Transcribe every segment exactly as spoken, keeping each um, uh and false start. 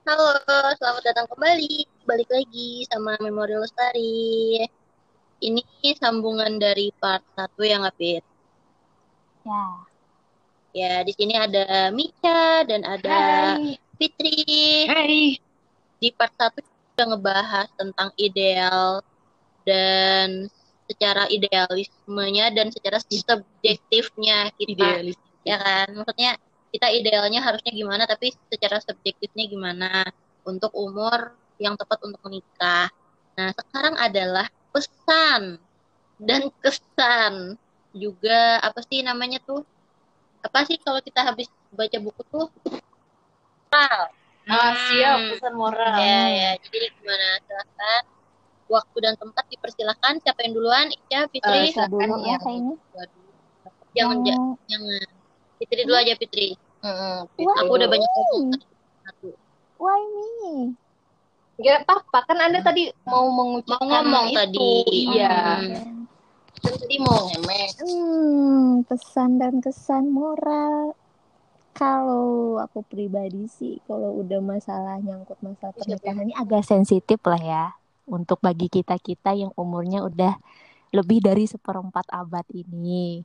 Halo, selamat datang kembali. Balik lagi sama Memori Lestari. Ini sambungan dari part satu ya, nggak, Pit? Ya. Ya, di sini ada Mica dan ada Hai. Fitri. Hai. Di part satu kita ngebahas tentang ideal dan secara idealismenya dan secara subjektifnya kita. Idealis. Ya kan? Maksudnya kita idealnya harusnya gimana, tapi secara subjektifnya gimana untuk umur yang tepat untuk menikah. Nah, sekarang adalah pesan dan kesan juga apa sih namanya tuh? Apa sih kalau kita habis baca buku tuh? Ah, siap, Hmm, pesan moral. ya ya. Jadi gimana? Silahkan. Waktu dan tempat dipersilakan. Siapa yang duluan? Ica, Eh, Fitri? Bisa dulu ya yang kayaknya. waduh. Jangan, ja- Yang jangan. Fitri dulu hmm? aja, Fitri. Mm-mm, Aku Why udah banyak ngomong me? tadi. Satu. Why me? Gak apa-apa, kan Anda tadi mau Mau mengucapkan ngomong itu. tadi. Iya. Hmm. Hmm. Kan tadi mau ngemek. Hmm, pesan dan kesan moral. Kalau aku pribadi sih, kalau udah masalah nyangkut masalah Siapa yang pernikahan ini agak sensitif lah ya. Untuk bagi kita-kita yang umurnya udah lebih dari seperempat abad ini.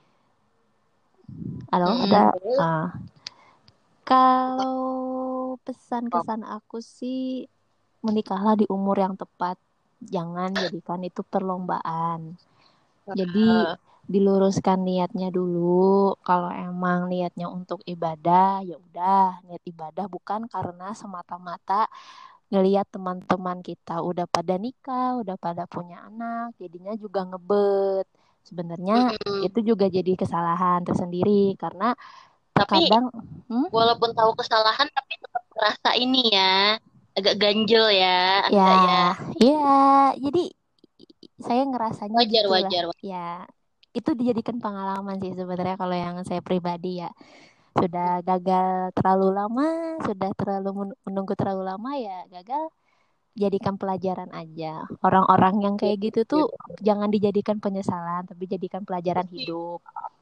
Halo, Hmm. ada. Terus? ah, Kalau pesan kesan aku sih menikahlah di umur yang tepat. Jangan jadikan itu perlombaan. Jadi Uh, diluruskan niatnya dulu. Kalau emang niatnya untuk ibadah, ya udah, niat ibadah bukan karena semata-mata ngelihat teman-teman kita udah pada nikah, udah pada punya anak, jadinya juga ngebet. Sebenarnya Mm-mm. itu juga jadi kesalahan tersendiri karena Tapi terkadang hmm, walaupun tahu kesalahan, tapi tetap merasa ini ya. Agak ganjel ya, ya, Anda ya. ya, jadi saya ngerasanya Wajar, gitulah. wajar. Ya, itu dijadikan pengalaman sih sebenarnya kalau yang saya pribadi ya. Sudah gagal terlalu lama, sudah terlalu menunggu terlalu lama ya gagal, jadikan pelajaran aja. Orang-orang yang kayak gitu tuh jangan dijadikan penyesalan, tapi jadikan pelajaran hidup.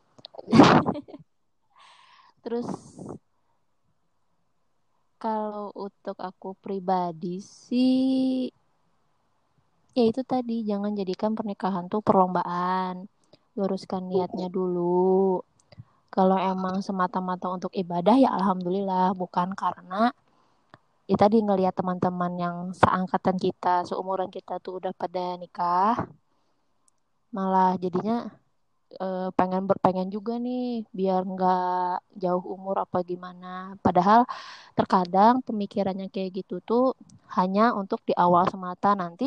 Terus kalau untuk aku pribadi sih ya itu tadi, jangan jadikan pernikahan tuh perlombaan. Luruskan niatnya dulu. Kalau emang semata-mata untuk ibadah ya alhamdulillah, bukan karena ya tadi ngelihat teman-teman yang seangkatan kita, seumuran kita tuh udah pada nikah, malah jadinya eh, pengen berpengen juga nih biar nggak jauh umur apa gimana. Padahal terkadang pemikirannya kayak gitu tuh hanya untuk di awal semata, nanti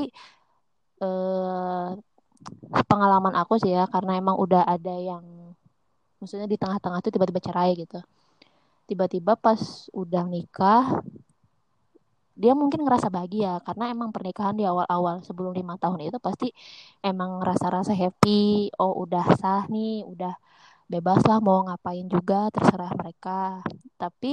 eh, pengalaman aku sih ya, karena emang udah ada yang maksudnya di tengah-tengah tuh tiba-tiba cerai gitu. Tiba-tiba pas udah nikah dia mungkin ngerasa bahagia karena emang pernikahan di awal-awal sebelum lima tahun itu pasti emang rasa-rasa happy. Oh udah sah nih, udah bebas lah mau ngapain juga terserah mereka. Tapi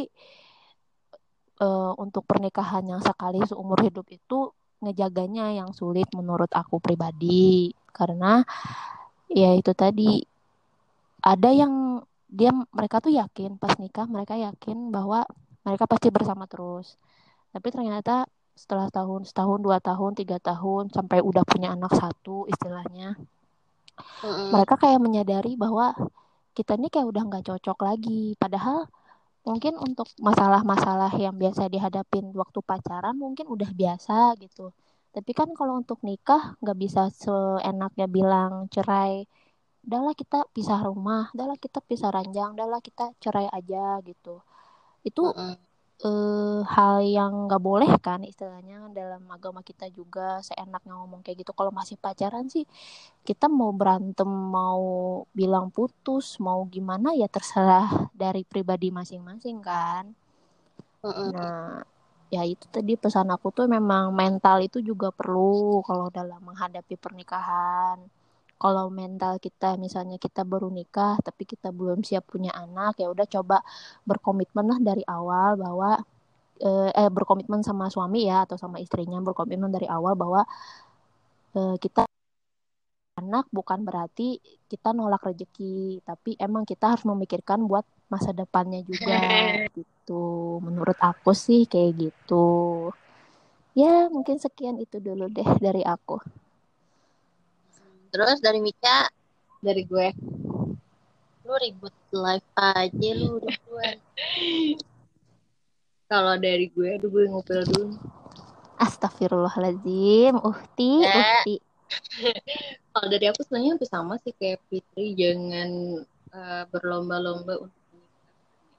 eh, untuk pernikahan yang sekali seumur hidup itu ngejaganya yang sulit menurut aku pribadi. Karena ya itu tadi, ada yang dia mereka tuh yakin pas nikah, mereka yakin bahwa mereka pasti bersama terus. Tapi ternyata setelah tahun, setahun, dua tahun, tiga tahun, sampai udah punya anak satu istilahnya, Mm-mm. mereka kayak menyadari bahwa kita ini kayak udah nggak cocok lagi. Padahal mungkin untuk masalah-masalah yang biasa dihadapin waktu pacaran mungkin udah biasa gitu. Tapi kan kalau untuk nikah nggak bisa seenaknya bilang cerai. Udahlah kita pisah rumah, udahlah kita pisah ranjang, udahlah kita cerai aja gitu. Itu Mm-mm. eh, hal yang nggak boleh kan istilahnya dalam agama kita juga, seenaknya ngomong kayak gitu. Kalau masih pacaran sih kita mau berantem, mau bilang putus, mau gimana ya terserah dari pribadi masing-masing kan. Mm-mm. Nah, ya itu tadi pesan aku tuh, memang mental itu juga perlu kalau dalam menghadapi pernikahan. Kalau mental kita misalnya kita baru nikah tapi kita belum siap punya anak, ya udah coba berkomitmen lah dari awal bahwa eh, eh berkomitmen sama suami ya atau sama istrinya, berkomitmen dari awal bahwa eh, kita anak bukan berarti kita nolak rezeki, tapi emang kita harus memikirkan buat masa depannya juga gitu menurut aku sih kayak gitu. Ya, mungkin sekian itu dulu deh dari aku. Terus dari Mica, Dari gue. lu ribut live aja lu duluan. Kalau dari gue, aduh gue ngupil dulu. Astagfirullahaladzim, uhti, Ya. uhti. Kalau dari aku sebenarnya hampir sama sih kayak Fitri, jangan uh, berlomba-lomba untuk menikah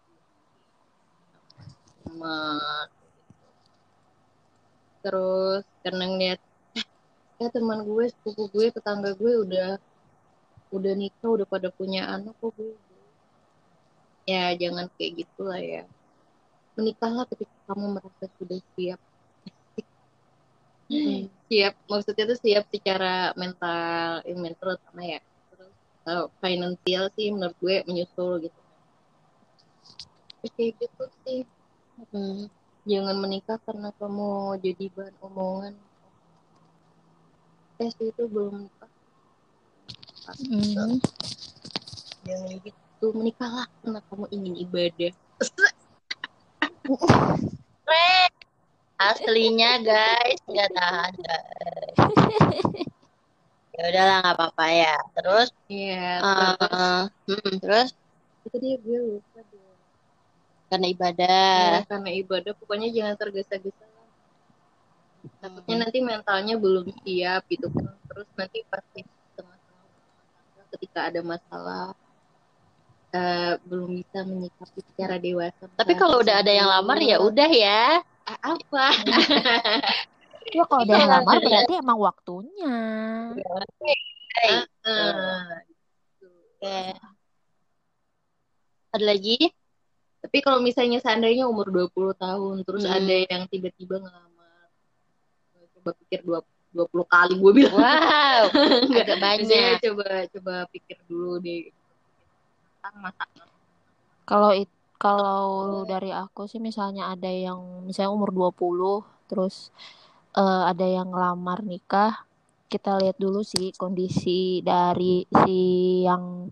sama, terus karena ngeliat ya teman gue, sepupu gue, tetangga gue udah udah nikah, udah pada punya anak kok gue. Ya jangan kayak gitulah ya. Menikahlah ketika kamu merasa sudah siap. Hmm. Siap, maksudnya tuh siap secara mental, eh, mental sama ya. Terus uh, finansial sih menurut gue menyusul gitu. Terus kayak gitu sih. Hmm. Jangan menikah karena kamu jadi bahan omongan. Eh sih itu belum nikah. Hmm. Jangan gitu, menikahlah karena kamu ingin ibadah. Keren. Aslinya guys, nggak tahan guys. Ya udahlah nggak apa-apa ya. Terus, Iya, uh, terus hmm, terus itu dia gue lupa deh. karena Ya, ibadah. karena ibadah pokoknya jangan tergesa-gesa lah. Takutnya Hmm. nanti mentalnya belum siap gitu kan. Terus nanti pasti tengah-tengah ketika ada masalah eh, belum bisa menyikapi secara dewasa. Tapi kalau udah ada yang lamar ya udah ya. Ah, apa? Ya kalau Tapi udah kalau lamar nggak ada- berarti emang waktunya. Hey, Ah, oke. Ada lagi? tapi kalau misalnya seandainya umur dua puluh tahun terus Hmm. ada yang tiba-tiba ngelamar, coba pikir dua dua puluh kali gue bilang. Wow, Enggak, agak misalnya banyak. coba coba pikir dulu deh tentang masa. Kalau it, kalau dari aku sih misalnya ada yang misalnya umur dua puluh terus eh, ada yang ngelamar nikah, kita lihat dulu sih kondisi dari si yang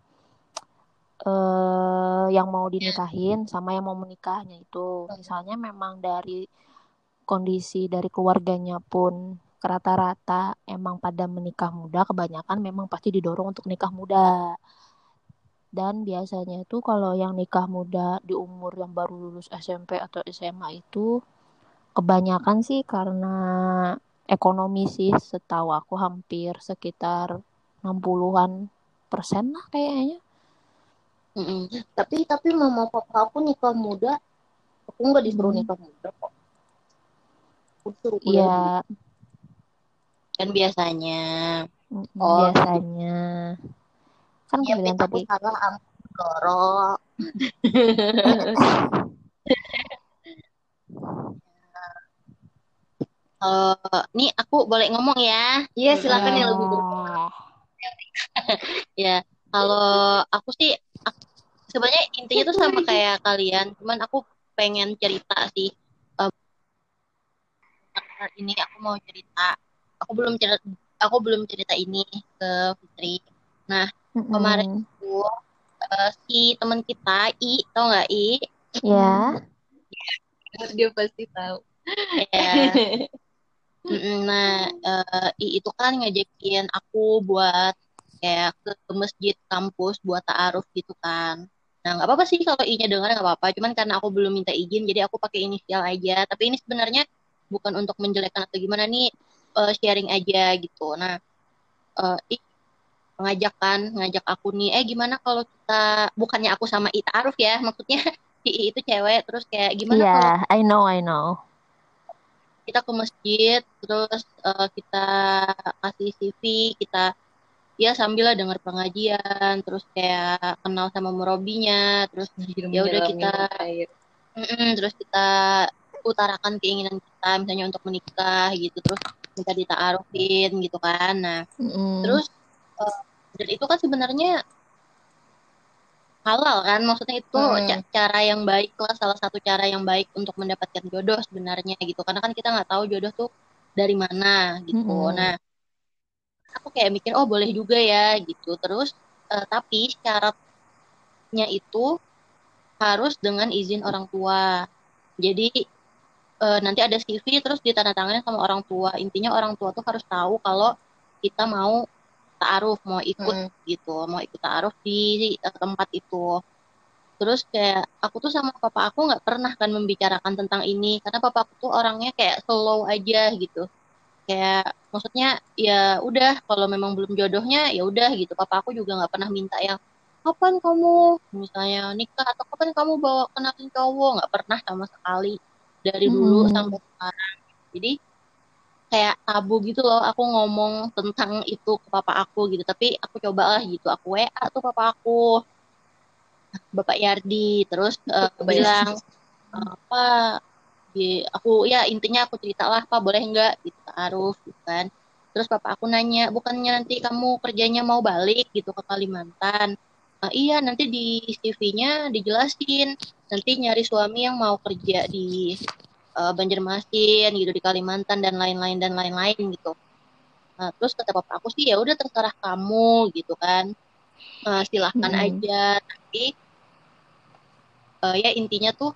eh, yang mau dinikahin sama yang mau menikahnya itu. Misalnya memang dari kondisi dari keluarganya pun rata-rata emang pada menikah muda, kebanyakan memang pasti didorong untuk nikah muda. Dan biasanya itu kalau yang nikah muda di umur yang baru lulus S M P atau S M A itu kebanyakan sih karena ekonomi sih, setahu aku hampir sekitar enam puluhan persen lah kayaknya. Mm-mm. Tapi tapi mama papa aku nikah muda, aku nggak disuruh Hmm. nikah muda kok. Aku disuruh kuliah Iya, dulu. Kan biasanya. mm, Oh, biasanya. Kan aku iya Fit, bilang aku tadi. salah ampun Doro. Kalau nih aku boleh ngomong ya. Iya silakan yang lebih ber. Boleh. Ya, kalau aku sih aku- sebenarnya intinya tuh sama kayak kalian, cuman aku pengen cerita sih. Eh, ini aku mau cerita. Aku belum cerita, aku belum cerita ini ke Fitri. Nah, kemarin Mm-mm. itu eh, si teman kita I, tau nggak I? Ya, Dia pasti tahu. Ya. Mm-mm. Nah, eh, I itu kan ngajakin aku buat kayak ke masjid kampus buat ta'aruf gitu kan. Nah, nggak apa-apa sih kalau I-nya dengar nggak apa-apa. Cuman karena aku belum minta izin, jadi aku pakai inisial aja. Tapi ini sebenarnya bukan untuk menjelekkan atau gimana nih, eh, sharing aja gitu. Nah, eh, I ngajak kan, ngajak aku nih, eh gimana kalau kita, bukannya aku sama I ta'aruf ya, maksudnya si I itu cewek, terus kayak gimana iya, kalau I know, I know. kita ke masjid, terus eh, kita kasih C V, kita ya sambil lah dengar pengajian, terus kayak kenal sama murabinya, terus ya udah kita, mm-mm, terus kita utarakan keinginan kita, misalnya untuk menikah gitu, terus minta dita'arufin gitu kan. Nah, Mm-mm. terus eh, dan itu kan sebenarnya halal kan, maksudnya itu Hmm. ca- cara yang baik lah, salah satu cara yang baik untuk mendapatkan jodoh sebenarnya gitu, karena kan kita nggak tahu jodoh tuh dari mana gitu. Mm-mm. Nah, aku kayak mikir oh boleh juga ya gitu. Terus eh, tapi syaratnya itu harus dengan izin orang tua. Jadi eh, nanti ada C V terus ditandatangani sama orang tua. Intinya orang tua tuh harus tahu kalau kita mau ta'aruf, mau ikut Mm-mm. gitu, mau ikut ta'aruf di eh, tempat itu. Terus kayak aku tuh sama papa aku nggak pernah kan membicarakan tentang ini karena papa aku tuh orangnya kayak slow aja gitu. Kayak maksudnya ya udah kalau memang belum jodohnya ya udah gitu. Papa aku juga nggak pernah minta yang kapan kamu misalnya nikah atau kapan kamu bawa kenalan cowok, nggak pernah sama sekali dari dulu sampai Mm-mm. sekarang. Jadi kayak tabu gitu loh aku ngomong tentang itu ke papa aku gitu. Tapi aku cobalah gitu. Aku W A tuh papa aku, Bapak Yardi, terus eh, Bayar. bilang eh, apa di aku ya intinya aku ceritalah Pak boleh nggak gitu taruh gitu kan. Terus papa aku nanya, bukannya nanti kamu kerjanya mau balik gitu ke Kalimantan? "Ah, iya nanti di C V-nya dijelasin nanti nyari suami yang mau kerja di eh, Banjarmasin gitu di Kalimantan dan lain-lain dan lain-lain gitu. Nah, terus kata papa aku sih ya udah terserah kamu gitu kan. Eh, silahkan Mm-mm. aja tapi eh, ya intinya tuh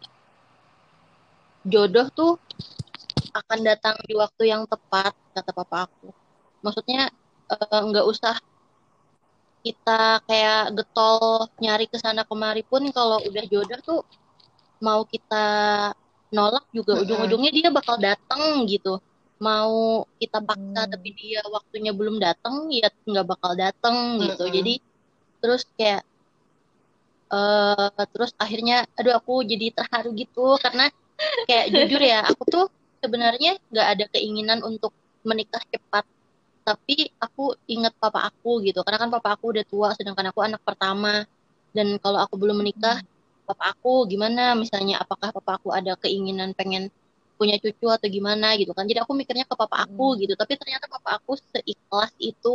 jodoh tuh akan datang di waktu yang tepat kata papa aku. Maksudnya eh, nggak usah kita kayak getol nyari ke sana kemari pun kalau udah jodoh tuh mau kita nolak juga Mm-mm. ujung-ujungnya dia bakal datang gitu. Mau kita paksa tapi Mm-mm. dia waktunya belum datang ya nggak bakal datang gitu. Jadi Mm-mm. terus kayak eh terus akhirnya aduh aku jadi terharu gitu karena kayak jujur ya aku tuh sebenarnya nggak ada keinginan untuk menikah cepat tapi aku ingat papa aku gitu karena kan papa aku udah tua sedangkan aku anak pertama dan kalau aku belum menikah papa aku gimana misalnya apakah papa aku ada keinginan pengen punya cucu atau gimana gitu kan jadi aku mikirnya ke papa aku Mm-mm. gitu tapi ternyata papa aku seikhlas itu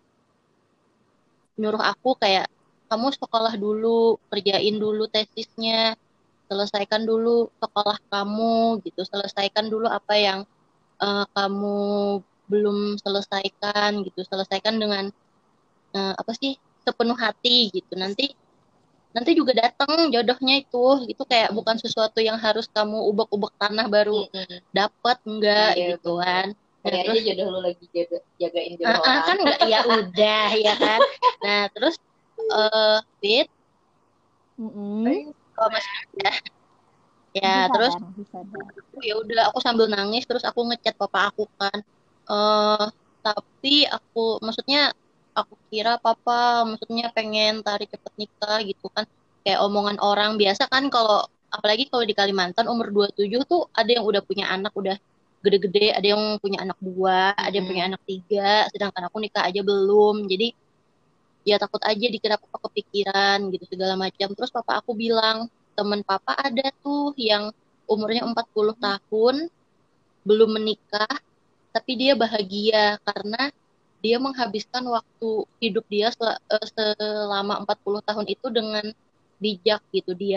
nyuruh aku kayak kamu sekolah dulu kerjain dulu tesisnya selesaikan dulu sekolah kamu gitu selesaikan dulu apa yang eh, kamu belum selesaikan gitu selesaikan dengan eh, apa sih sepenuh hati gitu nanti nanti juga datang jodohnya itu itu kayak bukan sesuatu yang harus kamu ubek-ubek tanah baru Mm-mm. dapat enggak Iya gitu bener. kan nah Kali aja terus jodoh lu lagi jaga, jagain ah, jodoh ah, orang. kan enggak ya udah ya kan nah terus eh Fit Mm-mm. kalau masih ada ya Masih terus sadar, masih sadar. aku ya udah aku sambil nangis terus aku ngechat papa aku kan eh tapi aku maksudnya aku kira papa maksudnya pengen tarik cepet nikah gitu kan kayak omongan orang biasa kan kalau apalagi kalau di Kalimantan umur dua puluh tujuh tuh ada yang udah punya anak udah gede-gede ada yang punya anak dua ada yang punya Mm-mm. anak tiga sedangkan aku nikah aja belum jadi ya takut aja dikira papa kepikiran gitu segala macam terus papa aku bilang temen papa ada tuh yang umurnya empat puluh tahun belum menikah tapi dia bahagia karena dia menghabiskan waktu hidup dia sel- eh, selama empat puluh tahun itu dengan bijak gitu dia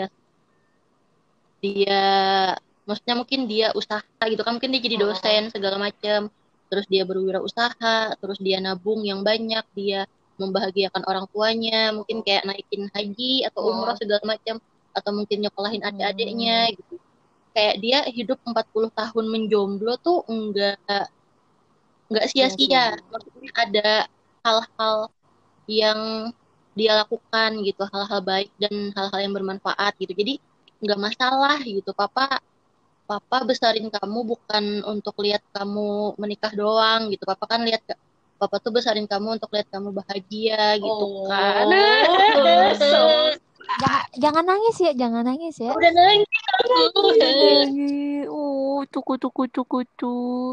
dia maksudnya mungkin dia usaha gitu kan mungkin dia jadi dosen segala macam terus dia berwirausaha terus dia nabung yang banyak dia membahagiakan orang tuanya mungkin kayak naikin haji atau umroh Mm-mm. segala macam atau mungkin nyekolahin adik-adiknya Mm. gitu kayak dia hidup empat puluh tahun menjomblo tuh enggak enggak Sia-sia. sia-sia maksudnya ada hal-hal yang dia lakukan gitu hal-hal baik dan hal-hal yang bermanfaat gitu jadi nggak masalah gitu papa papa besarin kamu bukan untuk lihat kamu menikah doang gitu papa kan lihat papa tuh besarin kamu untuk lihat kamu bahagia gitu kan Oh, so Jangan jangan nangis ya, jangan nangis ya. udah nangis aku Jangan nangis. Oh, cuku cuku cuku cuk.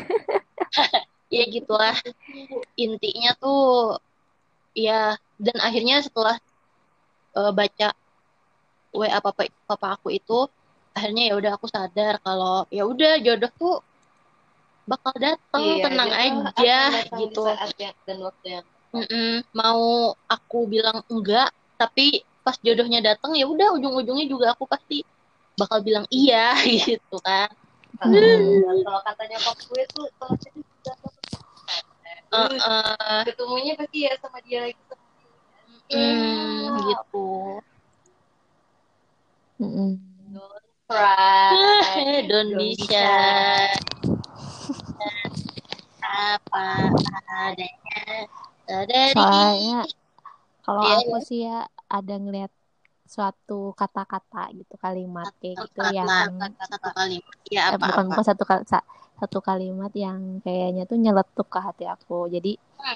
ya gitulah intinya tuh ya dan akhirnya setelah eh, baca W A papa papa aku itu akhirnya ya udah aku sadar kalau ya udah jodoh tuh bakal datang iya, tenang jodoh aja akan datang di gitu. saat yang dan waktu yang Mm-mm. Mau aku bilang enggak tapi pas jodohnya datang ya udah ujung-ujungnya juga aku pasti bakal bilang iya gitu kan. uh, Mm-mm. benar. Kalau katanya pap gue tuh kalau jadi sudah Uh, uh, ketemunya pasti ya sama dia lagi sama dia. mm, Ya, gitu. Mm-mm. don't cry. Indonesia apa adanya dari Soalnya kalau Iya, aku sih ya ada ngeliat suatu kata-kata gitu, kalimat kayak gitu kata yang satu kalimat ya eh, bukan apa-apa. bukan satu kal- sa- satu kalimat yang kayaknya tuh nyeletuk ke hati aku. Jadi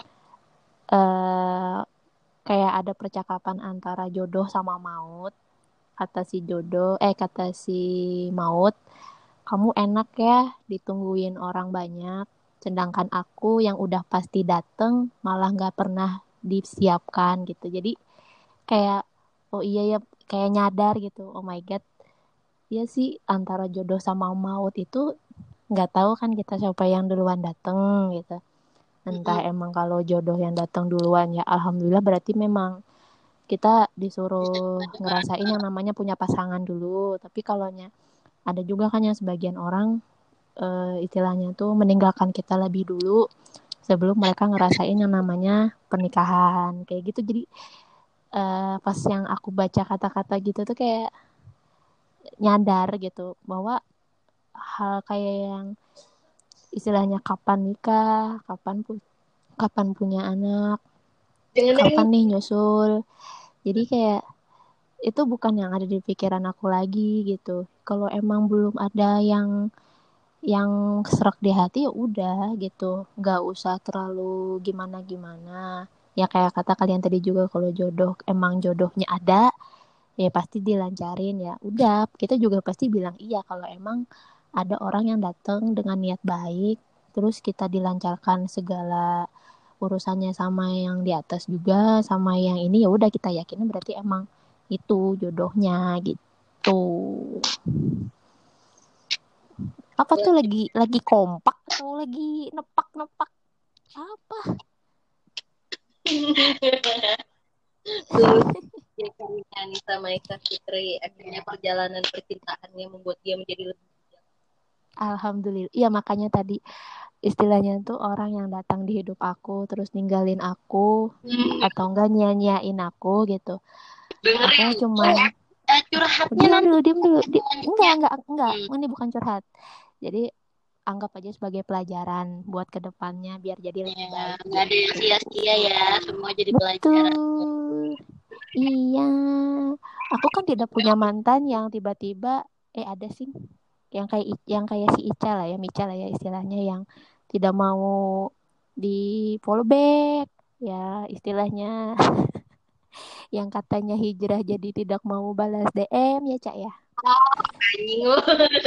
eh kayak ada percakapan antara jodoh sama maut. Kata si jodoh, eh kata si maut, kamu enak ya ditungguin orang banyak, sedangkan aku yang udah pasti dateng malah nggak pernah disiapkan gitu. Jadi kayak oh iya ya, kayak nyadar gitu. Oh my god, iya sih antara jodoh sama maut itu nggak tahu kan kita siapa yang duluan dateng gitu. Entah Mm-mm. emang kalau jodoh yang datang duluan ya alhamdulillah berarti memang kita Bisa disuruh juga ngerasain yang namanya punya pasangan dulu. Tapi kalau ada juga kan yang sebagian orang eh, istilahnya tuh meninggalkan kita lebih dulu sebelum mereka ngerasain yang namanya pernikahan kayak gitu. Jadi eh, pas yang aku baca kata-kata gitu tuh kayak nyadar gitu bahwa hal kayak yang istilahnya kapan nikah, kapan pu- kapan punya anak, Jangan kapan nangis. nih nyusul. Jadi kayak itu bukan yang ada di pikiran aku lagi gitu. Kalau emang belum ada yang yang serak di hati ya udah gitu, nggak usah terlalu gimana gimana. Ya kayak kata kalian tadi juga, kalau jodoh emang jodohnya ada ya pasti dilancarin, ya udah kita juga pasti bilang iya kalau emang ada orang yang datang dengan niat baik terus kita dilancarkan segala urusannya sama yang di atas juga sama yang ini, ya udah kita yakin berarti emang itu jodohnya gitu. Apa tuh, lagi lagi kompak atau lagi nepak-nepak apa? Tulus dia karena Anissa Maika Fitri, akhirnya perjalanan percintaannya membuat dia menjadi lebih bijak. Alhamdulillah. Iya makanya tadi istilahnya tuh orang yang datang di hidup aku terus ninggalin aku atau enggak nyanyain aku gitu. Aku Dengerin cuman eh, curhatnya diam nanti dulu, diam dulu. Di, enggak, selanjutnya. enggak, enggak. Hmm. Ini bukan curhat. Jadi anggap aja sebagai pelajaran buat kedepannya biar jadi lebih Ya, baik nggak ada yang gitu. sia-sia ya, semua jadi pelajaran. Betul. Iya. Aku kan tidak punya mantan yang tiba-tiba eh ada sih yang kayak yang kayak si Ica lah ya, Mica lah ya istilahnya, yang tidak mau di follow back ya istilahnya, yang katanya hijrah jadi tidak mau balas D M ya Cak ya. Anjing lu.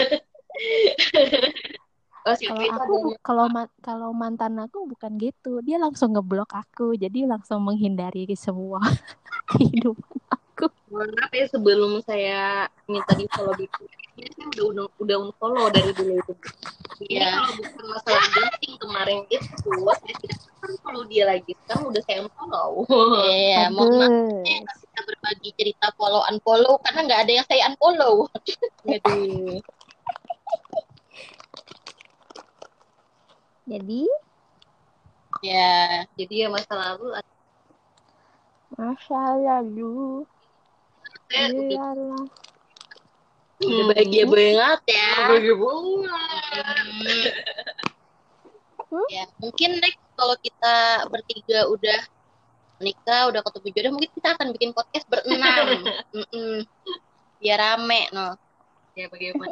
Oh siapa Kalau itu aku adanya? kalau kalau mantan aku bukan gitu, dia langsung ngeblok aku, jadi langsung menghindari semua kehidupan aku. Mohon maaf ya sebelum saya minta di follow back. Ini saya udah udah, udah unfollow dari dulu itu. Ini Ya, kalau bukan masalah dating kemarin itu, saya tidak akan follow dia lagi. Sekarang udah saya unfollow. iya, mohon maaf Bagus. saya nggak bisa berbagi cerita follow unfollow karena nggak ada yang saya unfollow. Aduh. Jadi Ya, Jadi ya masa lalu masa lalu saya udah biarlah. udah hmm, bahagia bahagia banget. banget ya. Bahagia banget. Hmm, Hmm? ya, mungkin next kalau kita bertiga udah menikah, udah ketemu jodoh, mungkin kita akan bikin podcast berenam. Mm-mm. Biar rame, no. Ya bagaimana?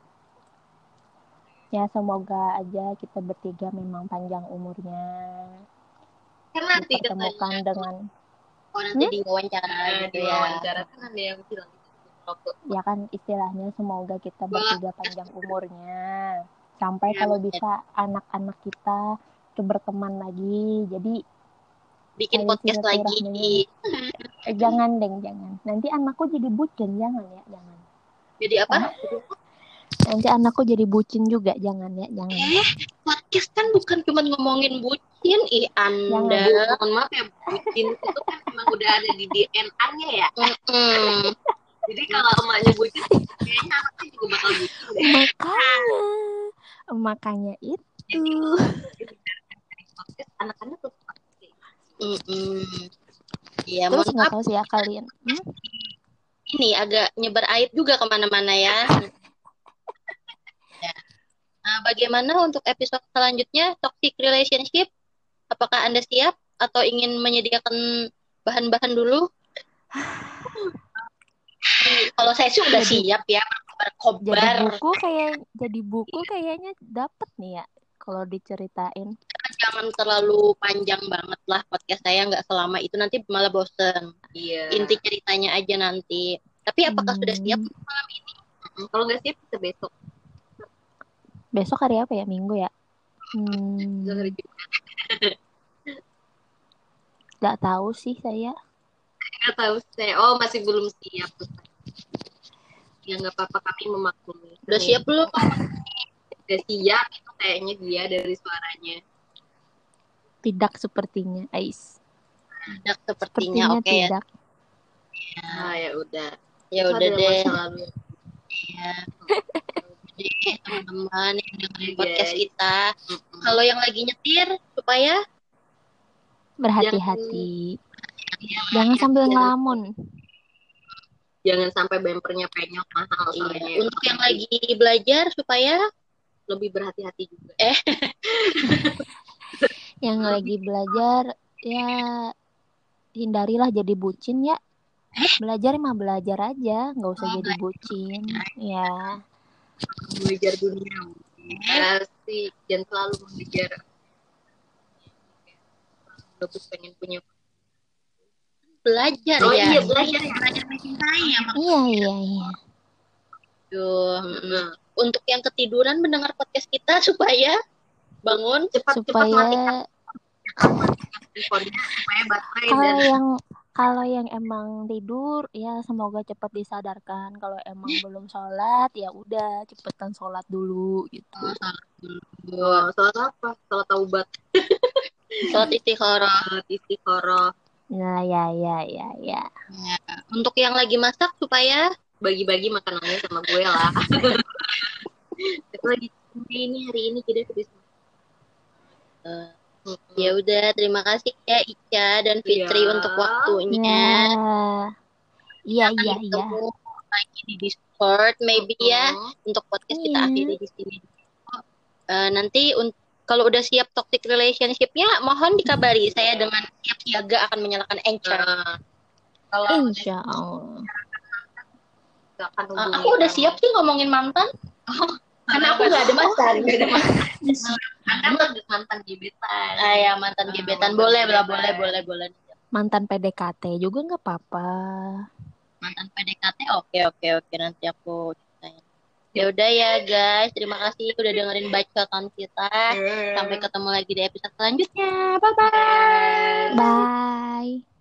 Ya semoga aja kita bertiga memang panjang umurnya, Karena nanti dipertemukan katanya dengan Oh, nanti hmm? di wawancara nah, gitu di ya. wawancara kan ada yang bilang gitu. Ya kan istilahnya semoga kita Wah, bertiga panjang umurnya sampai Ya, kalau bener. bisa anak-anak kita tuh berteman lagi, jadi Bikin kayak podcast lagi. silaturahminya. Eh, jangan deng, jangan nanti anakku jadi bucin, jangan ya, jangan. Jadi apa? Hah? Nanti anakku jadi bucin juga, jangan ya, jangan. Eh, podcast kan bukan cuma ngomongin bucin, ih Anda. Jangan. mohon maaf ya, bucin itu kan memang udah ada di D N A-nya ya. Mm-mm. Jadi kalau emaknya bucin, kayaknya anaknya juga bakal bucin deh. Makanya, makanya itu. Podcast anak-anak tuh Mm-mm. Iya, Terus mohon nggak maaf tahu sih ya kalian. Hmm? ini agak nyebar aib juga kemana-mana ya. bagaimana untuk episode selanjutnya toxic relationship? Apakah Anda siap atau ingin menyediakan bahan-bahan dulu? Kalau saya sih udah Jadi- siap ya, Jadi berkobar. buku kayak jadi buku kayaknya dapet nih ya kalau diceritain. Jangan terlalu panjang banget lah podcast saya, nggak selama itu, nanti malah bosen. Iya. Inti ceritanya aja nanti. Tapi apakah sudah siap Hmm, malam ini? Mm, Kalau nggak siap bisa besok. Besok hari apa ya? Minggu ya? Bisa hari Hmm, Jumat. Gak tahu sih saya. Nggak tahu saya. Oh masih belum siap. Ya nggak apa-apa, kami memaklumi. Udah Nih, siap belum? Udah siap itu kayaknya dia dari suaranya. Tidak sepertinya, Ais. Tidak sepertinya. Sepertinya Oke ya. tidak. Ah ya udah. Ya Itu udah adalah deh. masa lalu. Ya. Jadi teman-teman yang dengerin Guys. podcast kita, Mm-mm. kalau yang lagi nyetir supaya Berhati-hati. ya, Jangan sambil jangan- ngelamun. Jangan sampai bempernya penyok mahal iya. soalnya. Untuk yang lagi belajar supaya Lebih berhati-hati juga. Yang lagi belajar, ya hindarilah jadi bucin ya. Belajar mah belajar aja, nggak usah Oh, jadi bucin. Ya, Mengejar dunia. Pasti jangan selalu mengejar. Bagus pengen punya. belajar Oh ya. iya belajar ya. Belajar mencintai ya. iya, iya, iya. Aduh, mm-mm. Nah, Untuk yang ketiduran mendengar podcast kita supaya bangun. cepat-cepat Supaya matikan handphonenya supaya baterai dan kalau yang kalau yang emang tidur, ya semoga cepat disadarkan. Kalau emang belum sholat, ya udah cepetan sholat dulu gitu. oh, salat apa? Salat taubat, Sholat istikharah. salat istiqoroh. Nah, ya, ya, ya, ya. Ya. Untuk yang lagi masak supaya Bagi-bagi makanannya sama gue lah. Aku lagi ini hari ini tidak bisa. eh, ya udah, terima kasih ya Ica dan Fitri Iya. untuk Ya, waktunya. iya, Akan iya, iya. ketemu lagi di Discord, maybe ya. Mm-mm. Untuk podcast kita Iya. akhiri di sini. Eh, nanti un- kalau udah siap toxic relationship-nya, mohon dikabari. Saya dengan siap siaga akan menyalakan Anchor. Nah, kalau Insya Allah. akan Eh, hubungi aku udah kamu. siap sih ngomongin mantan. Karena aku nggak ada mantan. Anda mah mantan gebetan. Ah ya, mantan gebetan. Boleh lah, boleh, boleh, boleh. Mantan P D K T juga nggak apa-apa. Mantan P D K T, oke, oke, oke. Nanti aku ceritain. Ya udah ya guys, terima kasih udah dengerin bacotan kita. Sampai ketemu lagi di episode selanjutnya. Bye-bye. Bye.